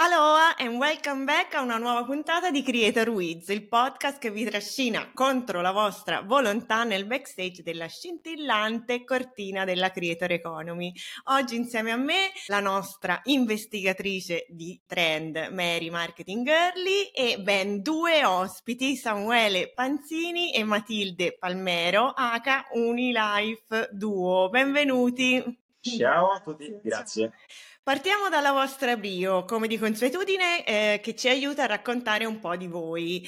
Aloha and welcome back a una nuova puntata di Creator Wiz, il podcast che vi trascina contro la vostra volontà nel backstage della scintillante cortina della Creator Economy. Oggi insieme a me la nostra investigatrice di trend Mary Marketing Girly e ben due ospiti, Samuele Panzini e Matilde Palmero, aka Unilife Duo. Benvenuti! Ciao a tutti, grazie. Partiamo dalla vostra bio, come di consuetudine, che ci aiuta a raccontare un po' di voi.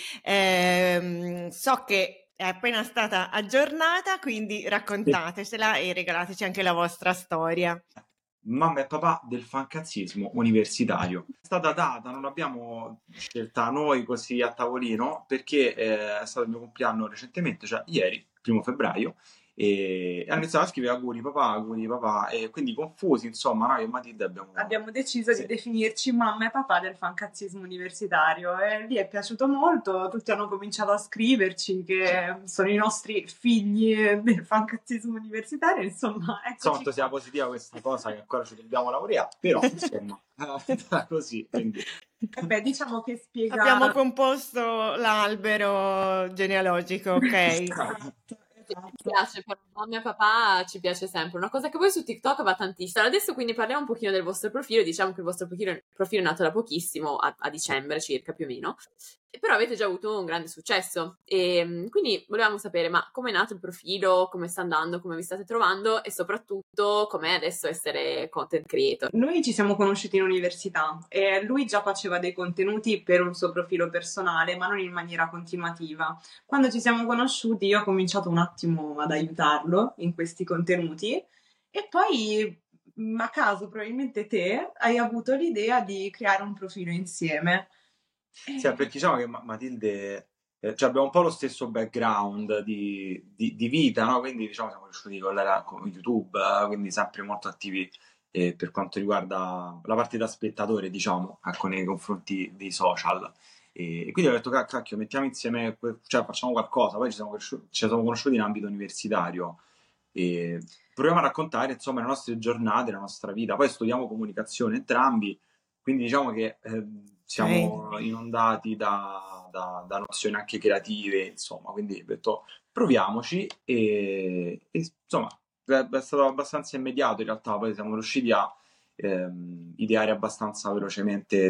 So che è appena stata aggiornata, quindi raccontatecela e regalateci anche la vostra storia. Mamma e papà del fancazzismo universitario. È stata data, non l'abbiamo scelta noi così a tavolino, perché è stato il mio compleanno recentemente, cioè ieri, 1 febbraio, e hanno iniziato a scrivere auguri papà, e quindi confusi, insomma, noi e Matilde abbiamo deciso di definirci mamma e papà del fancazzismo universitario, e lì è piaciuto molto, tutti hanno cominciato a scriverci che sono i nostri figli del fancazzismo universitario, insomma, quanto sia positiva questa cosa che ancora ci dobbiamo lavorare, però insomma così, quindi beh, diciamo che spiega. Abbiamo composto l'albero genealogico, ok? Esatto. Mi piace, però mamma e papà ci piace sempre. Una cosa che poi su TikTok va tantissimo. Adesso quindi parliamo un pochino del vostro profilo. Diciamo che il vostro profilo è nato da pochissimo, a dicembre circa più o meno, però avete già avuto un grande successo. E quindi volevamo sapere, ma com'è nato il profilo, come sta andando, come vi state trovando e soprattutto com'è adesso essere content creator. Noi ci siamo conosciuti in università e lui già faceva dei contenuti per un suo profilo personale, ma non in maniera continuativa. Quando ci siamo conosciuti io ho cominciato un attimo ad aiutarlo in questi contenuti e poi a caso probabilmente te hai avuto l'idea di creare un profilo insieme. Sì, perché diciamo che Matilde, cioè abbiamo un po' lo stesso background di vita, no? Quindi diciamo siamo cresciuti con YouTube, quindi sempre molto attivi per quanto riguarda la parte da spettatore, diciamo, ecco, nei confronti dei social. E quindi ho detto, cacchio, mettiamo insieme, cioè facciamo qualcosa. Poi ci siamo conosciuti in ambito universitario e proviamo a raccontare, insomma, le nostre giornate, la nostra vita. Poi studiamo comunicazione entrambi, quindi diciamo che siamo inondati da nozioni anche creative, insomma, quindi ho detto proviamoci e insomma è stato abbastanza immediato in realtà, poi siamo riusciti a ideare abbastanza velocemente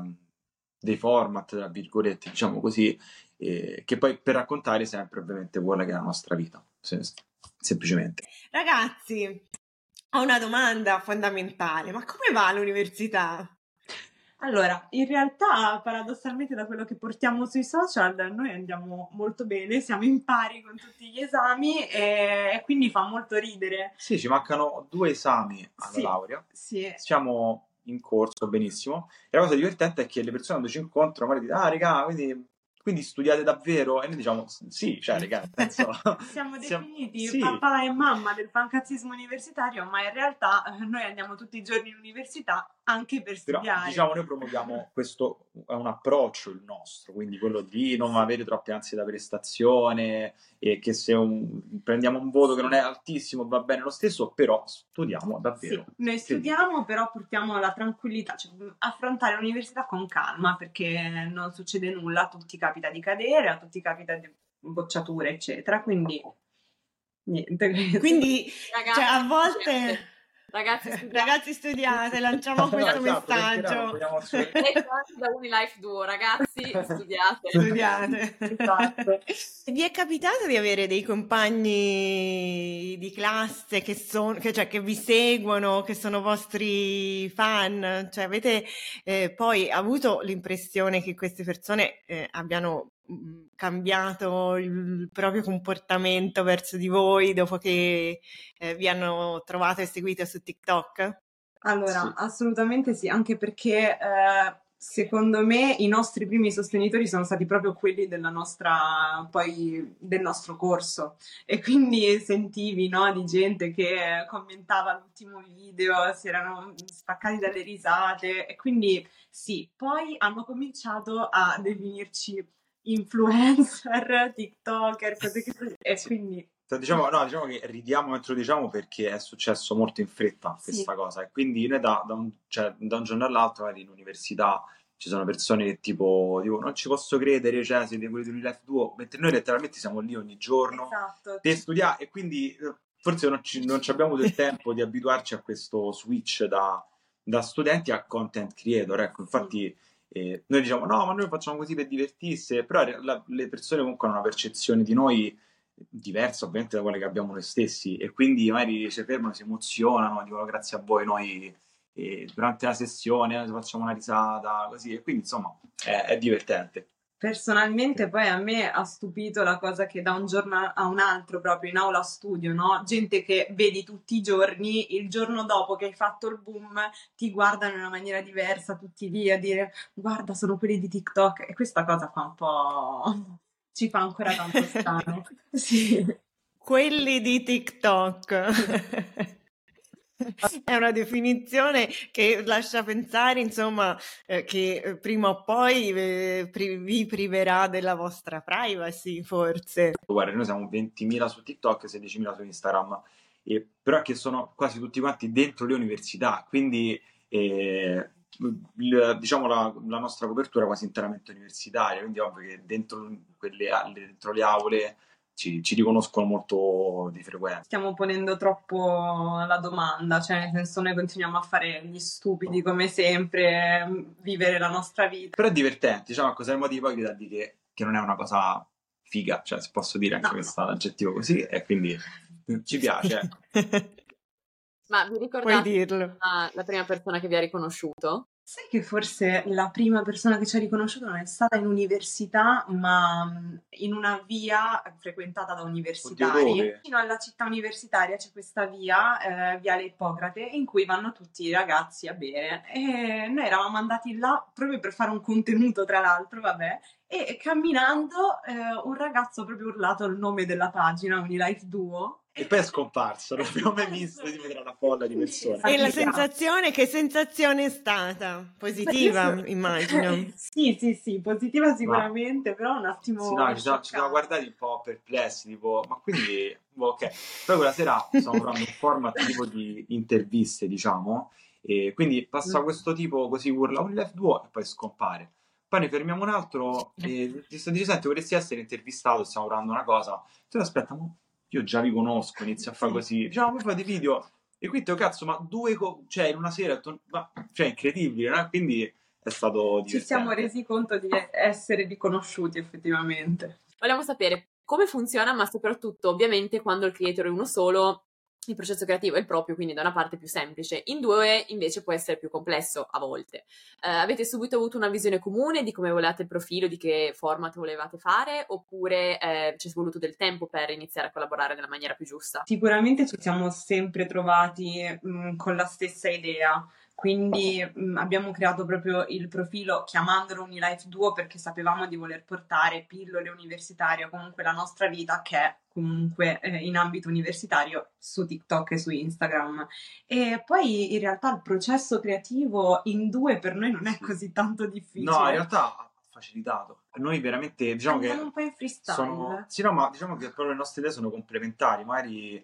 dei format, tra virgolette, diciamo così, che poi per raccontare sempre ovviamente quella che è la nostra vita, semplicemente. Ragazzi, ho una domanda fondamentale, ma come va l'università? Allora, in realtà, paradossalmente, da quello che portiamo sui social, noi andiamo molto bene, siamo in pari con tutti gli esami e quindi fa molto ridere. Sì, ci mancano 2 esami alla laurea. Sì. Siamo in corso, benissimo. E la cosa divertente è che le persone quando ci incontrano magari dicono, raga, quindi studiate davvero? E noi diciamo, sì, cioè, raga, penso... Siamo definiti papà e mamma del fancazzismo universitario, ma in realtà noi andiamo tutti i giorni in università anche per studiare. Però, diciamo, noi promuoviamo questo, è un approccio il nostro, quindi quello di non avere troppe ansie da prestazione e che se prendiamo un voto che non è altissimo va bene lo stesso, però studiamo davvero. Sì, noi studiamo, però portiamo la tranquillità, cioè affrontare l'università con calma, perché non succede nulla, a tutti capita di cadere, a tutti capita di bocciature, eccetera, quindi niente. Quindi, Ragazzi, cioè, a volte... Ragazzi, studiate, lanciamo questo messaggio. Da Unilife Duo, ragazzi, studiate. Esatto. Vi è capitato di avere dei compagni di classe che vi seguono, che sono vostri fan? Cioè, avete poi avuto l'impressione che queste persone abbiano cambiato il proprio comportamento verso di voi dopo che vi hanno trovato e seguito su TikTok? Allora, Sì. Assolutamente sì, anche perché secondo me i nostri primi sostenitori sono stati proprio quelli del nostro corso, e quindi sentivi, no, di gente che commentava l'ultimo video, si erano spaccati dalle risate, e quindi sì, poi hanno cominciato a definirci influencer, tiktoker, cose che... e quindi Diciamo che ridiamo mentre lo diciamo perché è successo molto in fretta questa cosa, e quindi noi da un giorno all'altro, magari in università ci sono persone che tipo non ci posso credere, cioè siete quelli di Unilife Duo, mentre noi letteralmente siamo lì ogni giorno per studiare, e quindi forse non ci abbiamo del tempo di abituarci a questo switch da studenti a content creator, ecco. Infatti noi diciamo no, ma noi facciamo così per divertirsi, però le persone comunque hanno una percezione di noi diversa ovviamente da quelle che abbiamo noi stessi, e quindi magari si fermano, si emozionano, dicono grazie a voi noi durante la sessione facciamo una risata così, e quindi insomma è divertente. Personalmente poi a me ha stupito la cosa che da un giorno a un altro, proprio in aula studio, no? Gente che vedi tutti i giorni, il giorno dopo che hai fatto il boom ti guardano in una maniera diversa, tutti lì a dire guarda sono quelli di TikTok, e questa cosa fa un po'... ci fa ancora tanto strano. Sì. Quelli di TikTok. È una definizione che lascia pensare, insomma, che prima o poi vi priverà della vostra privacy, forse. Guarda, noi siamo 20.000 su TikTok e 16.000 su Instagram, però che sono quasi tutti quanti dentro le università, quindi diciamo la nostra copertura è quasi interamente universitaria, quindi ovvio che dentro le aule ci riconoscono molto di frequenza. Stiamo ponendo troppo la domanda, cioè nel senso noi continuiamo a fare gli stupidi come sempre, vivere la nostra vita. Però è divertente, diciamo, cosa motivi poi da dire che non è una cosa figa, cioè se posso dire anche questo aggettivo così, e quindi ci piace. Ma vi ricordate la prima persona che vi ha riconosciuto? Sai che forse la prima persona che ci ha riconosciuto non è stata in università, ma in una via frequentata da universitari. Vicino alla città universitaria c'è questa via, Viale Ippocrate, in cui vanno tutti i ragazzi a bere. E noi eravamo andati là proprio per fare un contenuto, tra l'altro, vabbè. E camminando un ragazzo ha proprio urlato il nome della pagina, Unilife Duo. E poi è scomparso, non l'abbiamo mai visto di vedere una folla di persone. E la sensazione, che sensazione è stata? Positiva, immagino. Sì, positiva sicuramente, però un attimo... Sì, no, ci siamo guardati un po' perplessi, tipo, ma quindi... ok. Poi quella sera stiamo provando un format tipo di interviste, diciamo, e quindi passa questo tipo, così urla Unilife Duo e poi scompare. Poi ne fermiamo un altro e ti dice, senti, vorresti essere intervistato, stiamo provando una cosa. Tu aspetta, io già vi conosco, inizio a fare così, diciamo, poi fate video, e qui te cazzo, ma cioè in una sera, cioè incredibile, no? Quindi è stato divertente. Ci siamo resi conto di essere riconosciuti effettivamente. Vogliamo sapere come funziona, ma soprattutto ovviamente quando il creator è uno solo, il processo creativo è il proprio, quindi da una parte più semplice, in due invece può essere più complesso a volte. Avete subito avuto una visione comune di come volevate il profilo, di che format volevate fare, oppure ci è voluto del tempo per iniziare a collaborare nella maniera più giusta? Sicuramente ci siamo sempre trovati con la stessa idea. Quindi abbiamo creato proprio il profilo chiamandolo Unilife Duo perché sapevamo di voler portare pillole universitarie o comunque la nostra vita, che è comunque in ambito universitario, su TikTok e su Instagram. E poi in realtà il processo creativo in due per noi non è così tanto difficile. No, in realtà ha facilitato. Noi veramente diciamo andiamo che un po' in freestyle. Sì, no, ma diciamo che proprio le nostre idee sono complementari. Magari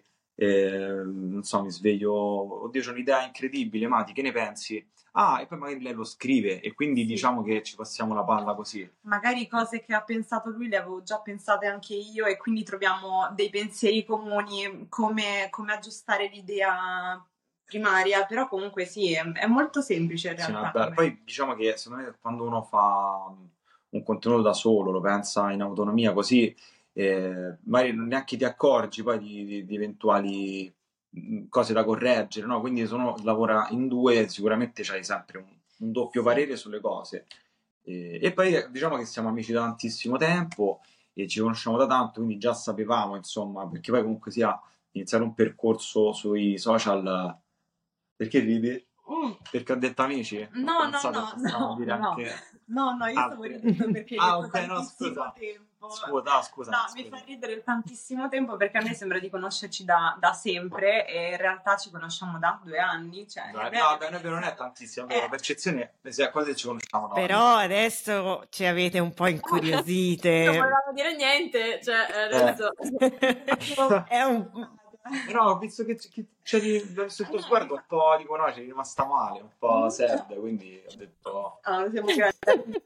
non so, mi sveglio, oddio, c'ho un'idea incredibile, Mati, che ne pensi? Ah, e poi magari lei lo scrive, e quindi diciamo che ci passiamo la palla così. Magari cose che ha pensato lui le avevo già pensate anche io, e quindi troviamo dei pensieri comuni, come aggiustare l'idea primaria, però comunque sì, è molto semplice in realtà. Sì, poi diciamo che secondo me quando uno fa un contenuto da solo, lo pensa in autonomia così, magari non neanche ti accorgi poi di eventuali cose da correggere, no? Quindi se uno lavora in due sicuramente c'hai sempre un doppio parere sulle cose. E poi diciamo che siamo amici da tantissimo tempo e ci conosciamo da tanto, quindi già sapevamo, insomma, perché poi comunque sia iniziare un percorso sui social. Perché ridi? Perché ho detto amici? No, Ho pensato che stavamo a dire anche... No, io stavo ridendo perché ok, è no, tantissimo scusa. tempo. Scusa. No, mi fa ridere tantissimo tempo perché a me sembra di conoscerci da sempre e in realtà ci conosciamo da 2 anni. Cioè, Noi non è tantissimo, la percezione è quasi ci conosciamo noi. Però adesso ci avete un po' incuriosite. Non volevamo dire niente, cioè adesso... È un... Però ho visto che c'è sul tuo sguardo un po' di conoscere, è rimasta male, un po' sad, quindi ho detto... siamo grandi.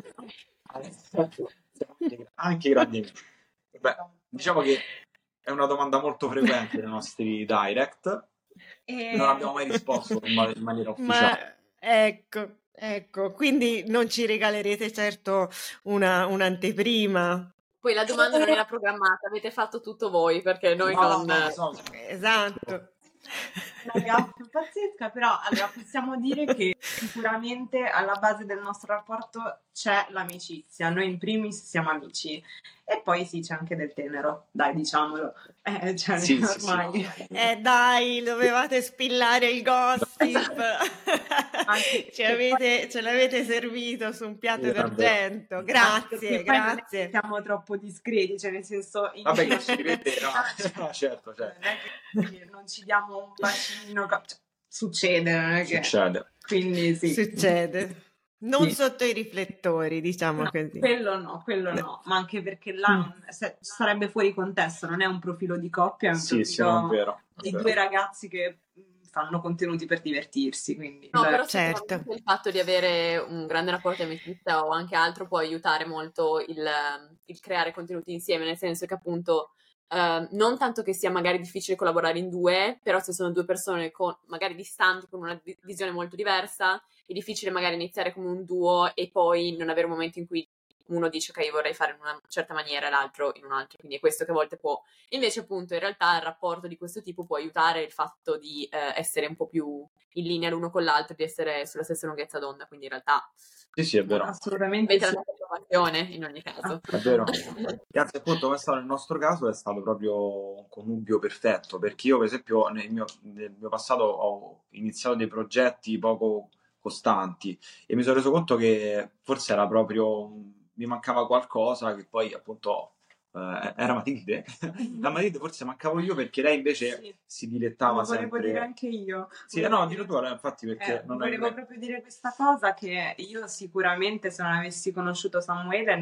Anche grandi amici. Beh, diciamo che è una domanda molto frequente nei nostri direct. Non abbiamo mai risposto in maniera ufficiale. Ma ecco, quindi non ci regalerete certo un'anteprima. Poi la domanda non era programmata, avete fatto tutto voi perché noi non... Esatto. Una gaffa pazzesca, però allora possiamo dire che sicuramente alla base del nostro rapporto c'è l'amicizia. Noi in primis siamo amici e poi sì, c'è anche del tenero, dai, diciamolo. Sì. Ormai. Dai, dovevate spillare il gossip. Ce l'avete servito su un piatto d'argento. Grazie. Siamo troppo discreti, cioè nel senso... Vabbè, che ci rivede, no, certo. Non ci diamo un bacino, succede, non è che... Succede. Quindi sì. Succede. Non sotto i riflettori, diciamo così. Quello no, ma anche perché là sarebbe fuori contesto, non è un profilo di coppia, è un profilo vero. di 2 ragazzi che fanno contenuti per divertirsi, quindi... No, però certo. Il fatto di avere un grande rapporto di amicizia o anche altro può aiutare molto il creare contenuti insieme, nel senso che appunto non tanto che sia magari difficile collaborare in 2, però se sono 2 persone magari distanti, con una visione molto diversa, è difficile magari iniziare come un duo e poi non avere un momento in cui uno dice ok, io vorrei fare in una certa maniera e l'altro in un'altra, quindi è questo che a volte può. Invece appunto in realtà il rapporto di questo tipo può aiutare il fatto di essere un po' più in linea l'uno con l'altro, di essere sulla stessa lunghezza d'onda, quindi in realtà sì, è vero. Assolutamente avete la nostra approvazione in ogni caso. È vero. Grazie, appunto, come è stato nel nostro caso, è stato proprio un connubio perfetto, perché io per esempio nel mio passato ho iniziato dei progetti poco costanti e mi sono reso conto che forse era proprio mi mancava qualcosa, che poi appunto era Matilde. La Matilde forse mancavo io, perché lei invece si dilettava sempre. Volevo dire anche io. Sì, no, dillo tu, infatti, perché non volevo proprio dire questa cosa, che io sicuramente se non avessi conosciuto Samuele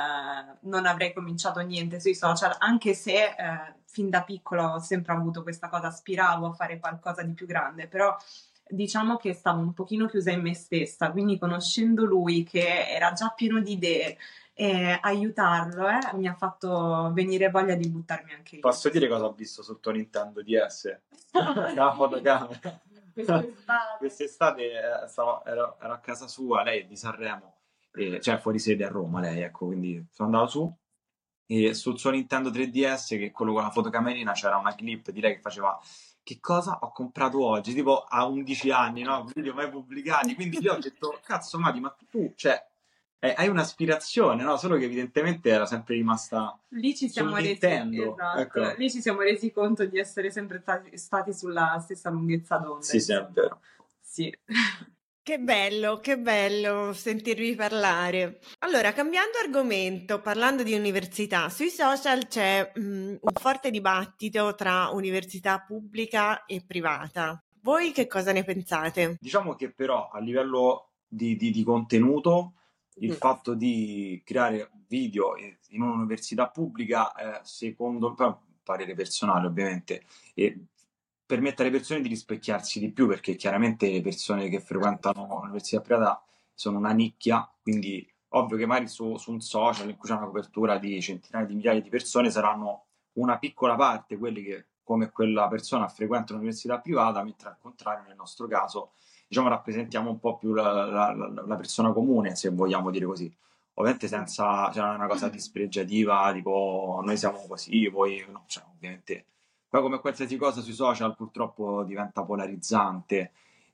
non avrei cominciato niente sui social, anche se fin da piccola ho sempre avuto questa cosa, aspiravo a fare qualcosa di più grande, però diciamo che stavo un pochino chiusa in me stessa, quindi conoscendo lui che era già pieno di idee e aiutarlo mi ha fatto venire voglia di buttarmi anche io. Posso dire cosa ho visto sul tuo Nintendo DS? La fotocamera. Quest'estate ero a casa sua, lei è di Sanremo, cioè fuori sede a Roma lei, ecco, quindi sono andato su e sul suo Nintendo 3DS, che è quello con la fotocamerina, c'era una clip di lei che faceva che cosa ho comprato oggi, tipo a 11 anni, no? Video mai pubblicati, quindi io ho detto cazzo Mati, ma tu, cioè hai un'aspirazione, no? Solo che evidentemente era sempre rimasta lì ci siamo resi, esatto. Ecco. Lì ci siamo resi conto di essere sempre stati sulla stessa lunghezza d'onda. Sì, è vero. Sì. Che bello sentirvi parlare. Allora, cambiando argomento, parlando di università, sui social c'è un forte dibattito tra università pubblica e privata. Voi che cosa ne pensate? Diciamo che però a livello di contenuto, il fatto di creare video in un'università pubblica, secondo me, parere personale ovviamente, permette alle persone di rispecchiarsi di più, perché chiaramente le persone che frequentano l'università privata sono una nicchia, quindi ovvio che magari su un social in cui c'è una copertura di centinaia di migliaia di persone saranno una piccola parte quelli che come quella persona frequenta un'università privata, mentre al contrario nel nostro caso diciamo rappresentiamo un po' più la persona comune, se vogliamo dire così. Ovviamente senza, cioè, non è una cosa dispregiativa, tipo noi siamo così, poi no, cioè, ovviamente poi come qualsiasi cosa sui social purtroppo diventa polarizzante.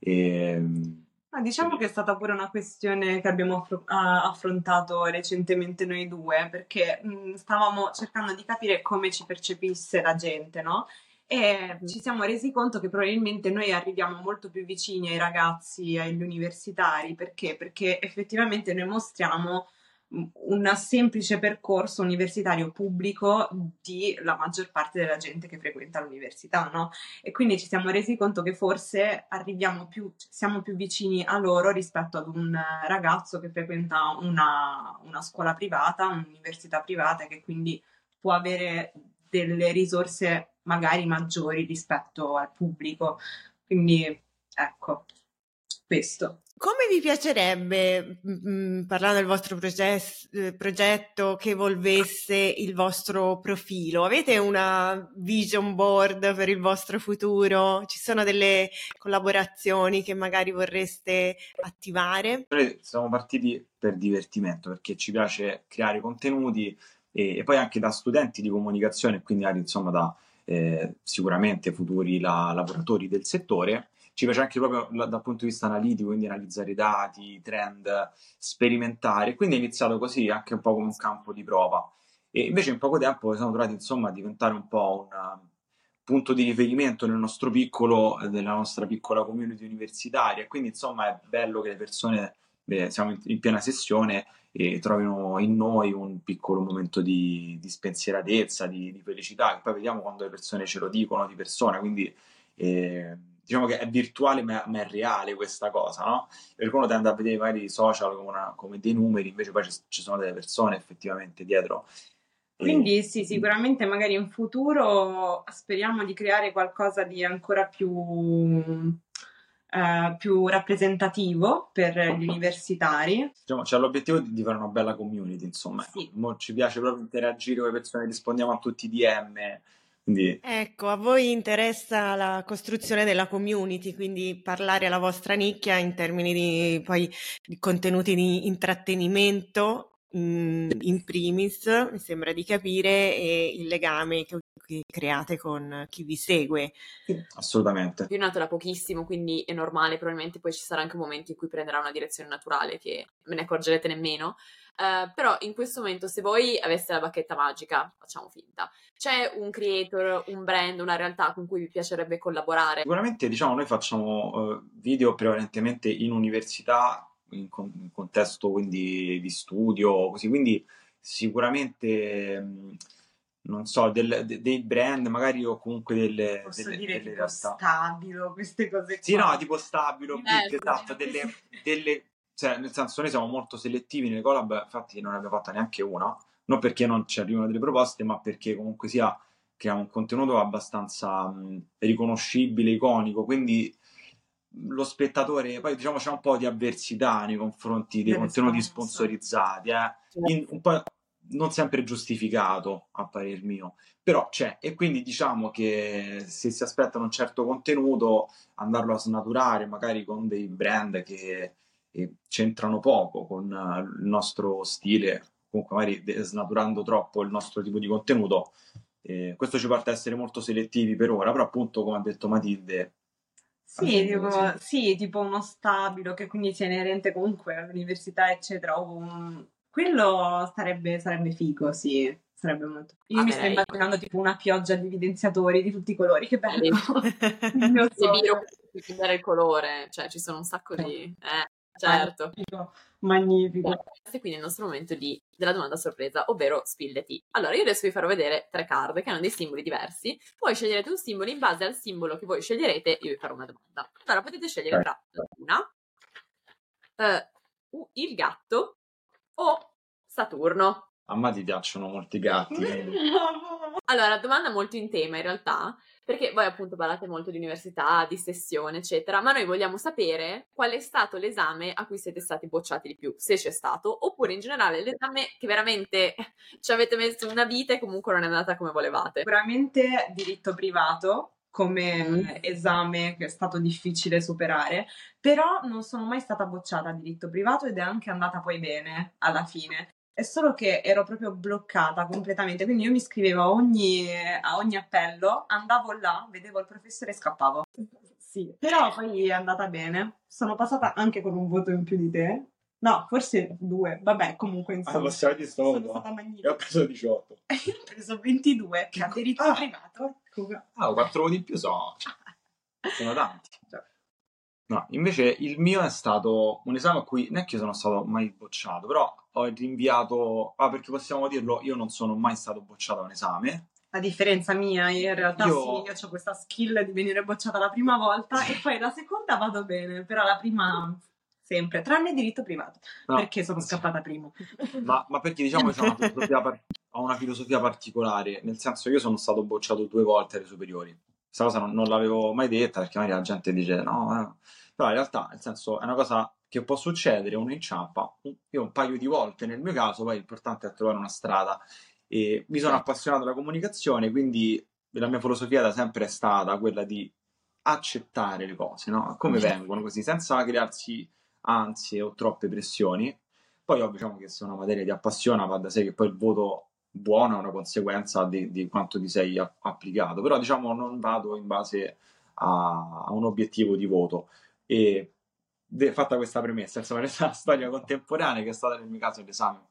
Diciamo che è stata pure una questione che abbiamo affrontato recentemente noi due, perché stavamo cercando di capire come ci percepisse la gente, no? e ci siamo resi conto che probabilmente noi arriviamo molto più vicini ai ragazzi, agli universitari. Perché? Perché effettivamente noi mostriamo un semplice percorso universitario pubblico di la maggior parte della gente che frequenta l'università, no? E quindi ci siamo resi conto che forse siamo più vicini a loro rispetto ad un ragazzo che frequenta una scuola privata, un'università privata, che quindi può avere delle risorse magari maggiori rispetto al pubblico. Quindi ecco, questo. Come vi piacerebbe, parlando del vostro progetto, che evolvesse il vostro profilo? Avete una vision board per il vostro futuro? Ci sono delle collaborazioni che magari vorreste attivare? Noi siamo partiti per divertimento, perché ci piace creare contenuti e poi anche da studenti di comunicazione, quindi anche, insomma da sicuramente futuri lavoratori del settore. Ci piace anche proprio dal punto di vista analitico, quindi analizzare i dati, trend, sperimentare. Quindi è iniziato così, anche un po' come un campo di prova. E invece in poco tempo siamo trovati, insomma, a diventare un po' un punto di riferimento nel nostro piccolo, nella nostra piccola community universitaria. Quindi, insomma, è bello che le persone, siamo in piena sessione, e trovino in noi un piccolo momento di spensieratezza, di felicità, che poi vediamo quando le persone ce lo dicono di persona. Quindi diciamo che è virtuale ma è reale questa cosa, no? Perché uno tende a vedere magari i social come dei numeri, invece poi ci sono delle persone effettivamente dietro. Quindi sì, sicuramente magari in futuro speriamo di creare qualcosa di ancora più rappresentativo per gli universitari. Diciamo, c'è l'obiettivo di fare una bella community, insomma. Sì. Ci piace proprio interagire con le persone, rispondiamo a tutti i DM. Quindi Ecco, a voi interessa la costruzione della community, quindi parlare alla vostra nicchia in termini di contenuti di intrattenimento in primis, mi sembra di capire, e il legame che create con chi vi segue. Sì. Assolutamente. Io è nato da pochissimo, quindi è normale, probabilmente poi ci sarà anche un momento in cui prenderà una direzione naturale che me ne accorgerete nemmeno. Però in questo momento, se voi aveste la bacchetta magica, facciamo finta, c'è un creator, un brand, una realtà con cui vi piacerebbe collaborare? Sicuramente, diciamo, noi facciamo video prevalentemente in università, in contesto quindi di studio, così, quindi sicuramente non so, dei brand magari, o comunque delle Dire tipo realtà. Stabilo, queste cose Sì, qua. no, tipo Stabilo, esatto, cioè, nel senso, noi siamo molto selettivi nelle collab, infatti non ne abbiamo fatta neanche una, non perché non ci arrivano delle proposte, ma perché comunque sia creiamo un contenuto abbastanza riconoscibile, iconico, quindi lo spettatore, poi diciamo c'è un po' di avversità nei confronti dei contenuti sponsorizzati, un po' non sempre giustificato a parer mio, però c'è, e quindi diciamo che se si aspettano un certo contenuto, andarlo a snaturare magari con dei brand che c'entrano poco con il nostro stile, comunque magari snaturando troppo il nostro tipo di contenuto, questo ci porta a essere molto selettivi per ora, però appunto, come ha detto Matilde, sì, tipo uno Stabilo che quindi sia inerente comunque all'università, eccetera. Quello sarebbe figo, sì. Sarebbe molto. Io mi sto immaginando tipo una pioggia di evidenziatori di tutti i colori, che bello! Il mio Le sogno. biro per cambiare il colore, cioè ci sono un sacco di... certo. Magnifico. Questo è quindi il nostro momento della domanda sorpresa, ovvero spilleti. Allora, io adesso vi farò vedere 3 card che hanno dei simboli diversi. Voi sceglierete un simbolo, in base al simbolo che voi sceglierete, io vi farò una domanda. Allora, potete scegliere tra una, il gatto o Saturno. A me ti piacciono molti gatti. Allora, domanda molto in tema in realtà, perché voi appunto parlate molto di università, di sessione, eccetera, ma noi vogliamo sapere qual è stato l'esame a cui siete stati bocciati di più, se c'è stato, oppure in generale l'esame che veramente ci avete messo una vita e comunque non è andata come volevate. Sicuramente diritto privato come esame che è stato difficile superare, però non sono mai stata bocciata a diritto privato ed è anche andata poi bene alla fine. È solo che ero proprio bloccata completamente, quindi io mi iscrivevo a ogni appello, andavo là, vedevo il professore e scappavo. Sì, però poi è andata bene. Sono passata anche con un voto in più di te. No, forse 2. Vabbè, comunque insomma. Possiamo dire sono stata magnifica. Io ho preso 18. Io ho preso 22, che ha diritto privato. 4 voti in più sono tanti. No, invece il mio è stato un esame a cui neanche io sono stato mai bocciato, però ho rinviato, perché possiamo dirlo, io non sono mai stato bocciato a un esame. A differenza mia, in realtà Io- sì, io ho questa skill di venire bocciata la prima volta e poi la seconda vado bene, però la prima sempre, tranne diritto privato, No. perché sono scappata prima. Ma perché diciamo che ho una filosofia particolare, nel senso che io sono stato bocciato 2 volte alle superiori. Questa cosa non l'avevo mai detta, perché magari la gente dice no. Però in realtà, nel senso, è una cosa che può succedere, uno inciampa. Io un paio di volte nel mio caso, poi l'importante è trovare una strada. E mi sono appassionato alla comunicazione, quindi la mia filosofia da sempre è stata quella di accettare le cose, no? Come vengono, così, senza crearsi ansie o troppe pressioni. Poi ovvio, diciamo che se una materia ti appassiona, va da sé che poi il voto buono è una conseguenza di quanto ti sei applicato, però diciamo non vado in base a un obiettivo di voto. E fatta questa premessa, insomma, la storia contemporanea, che è stata nel mio caso l'esame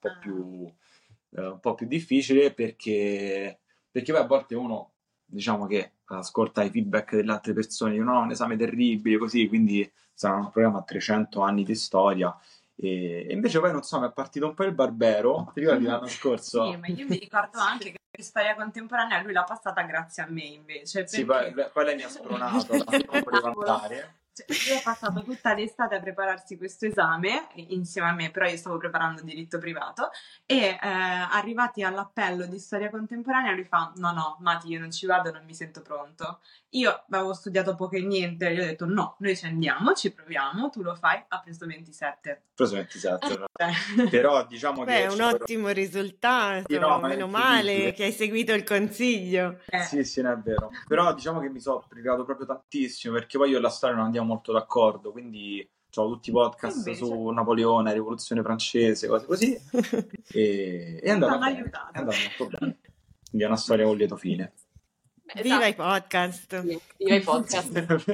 un po' più difficile, perché poi a volte uno, diciamo che ascolta i feedback delle altre persone, dicono no, un esame terribile, così, quindi sarà un programma a 300 anni di storia. E invece poi non so, mi è partito un po' il barbero, ti ricordi l'anno scorso? Sì, ma io mi ricordo anche che storia contemporanea lui l'ha passata grazie a me invece. Sì, perché- poi lei mi ha spronato, non volevo andare. Lui ha passato tutta l'estate a prepararsi questo esame insieme a me, però io stavo preparando diritto privato e arrivati all'appello di storia contemporanea lui fa no Mati, io non ci vado, non mi sento pronto. Io avevo studiato poco e niente, gli ho detto no, noi ci andiamo, ci proviamo, tu lo fai, ha preso 27. Ho preso 27, però diciamo che Beh, è un ottimo risultato, Sì, no, ma è meno male incredibile. che hai seguito il consiglio. Sì, non è vero. Però diciamo che mi sono pregato proprio tantissimo, perché poi io e la storia non andiamo molto d'accordo, quindi ho tutti i podcast Invece. su Napoleone, Rivoluzione Francese, cose così, e è andato T'hanno bene, aiutato. è andato molto bene. Quindi è una storia con lieto fine. Viva i Esatto. podcast! Sì, viva i podcast.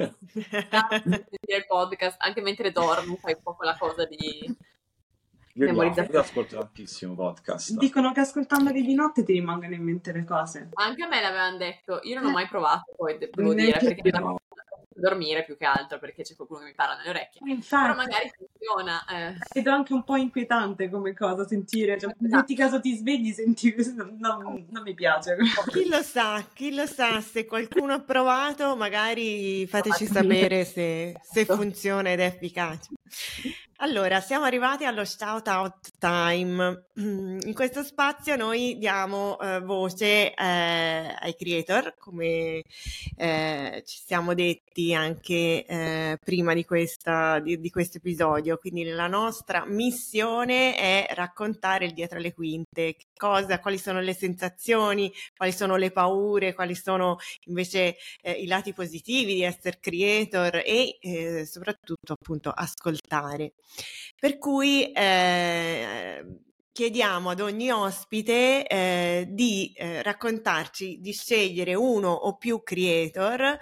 Sentire il podcast anche mentre dormi, fai un po' quella cosa di memorizzazione. Io ascolto tantissimo podcast. Dicono che ascoltandoli di notte ti rimangono in mente le cose. Anche a me l'avevano detto, io non ho mai provato, poi devo Neanche dire, perché io. non dormire più che altro, perché c'è qualcuno che mi parla nelle orecchie. Infatti, Però magari funziona. ed è anche un po' inquietante come cosa sentire, cioè, in metti caso ti svegli, senti, non mi piace. Chi lo sa, se qualcuno ha provato, magari fateci sapere se funziona ed è efficace. Allora, siamo arrivati allo shout out time. In questo spazio noi diamo voce ai creator, come ci siamo detti anche prima di questo episodio. Quindi la nostra missione è raccontare il dietro le quinte, quali sono le sensazioni, quali sono le paure, quali sono invece i lati positivi di essere creator e soprattutto appunto ascoltare. Per cui chiediamo ad ogni ospite di raccontarci, di scegliere uno o più creator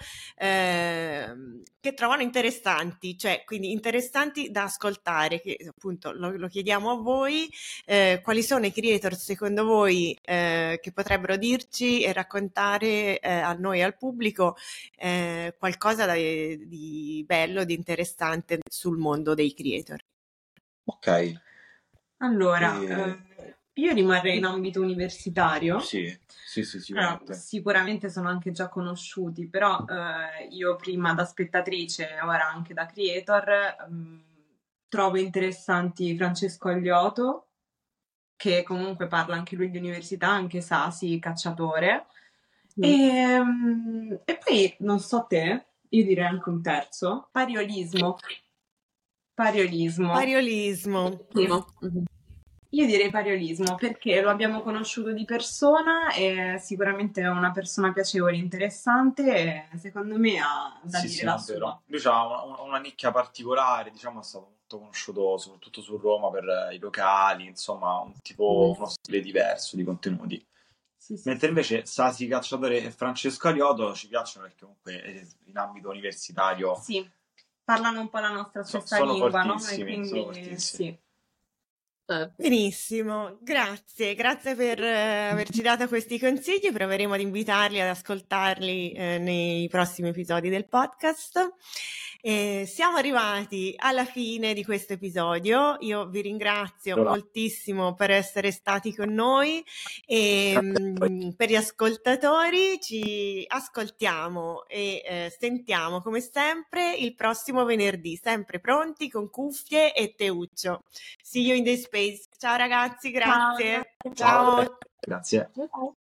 che trovano interessanti, cioè quindi interessanti da ascoltare, che appunto lo chiediamo a voi, quali sono i creator secondo voi che potrebbero dirci e raccontare a noi e al pubblico qualcosa di bello, di interessante sul mondo dei creator. Ok. Allora, io rimarrei in ambito universitario. Sì, Allora, sicuramente sono anche già conosciuti, però io prima da spettatrice, ora anche da creator, trovo interessanti Francesco Aglioto, che comunque parla anche lui di università, anche Sasi, cacciatore. E poi, non so te, io direi anche un terzo, Pariolismo. Io direi Pariolismo perché lo abbiamo conosciuto di persona e sicuramente è una persona piacevole, interessante e secondo me ha da dire la sua. Lui ha una nicchia particolare, diciamo, è stato molto conosciuto soprattutto su Roma per i locali, insomma, uno stile diverso di contenuti. Sì. Mentre invece Sasi Cacciatore e Francesco Aglioto ci piacciono perché comunque in ambito universitario sì, parlano un po' la nostra stessa sono lingua, fortissimi, no? E quindi sono fortissimi. sì. Certo. Benissimo, grazie per averci dato questi consigli, proveremo ad invitarli ad ascoltarli nei prossimi episodi del podcast. Siamo arrivati alla fine di questo episodio, io vi ringrazio moltissimo per essere stati con noi e per gli ascoltatori ci ascoltiamo e sentiamo come sempre il prossimo venerdì, sempre pronti con cuffie e teuccio. See you in the space. Ciao ragazzi, grazie. Ciao. Grazie. Ciao.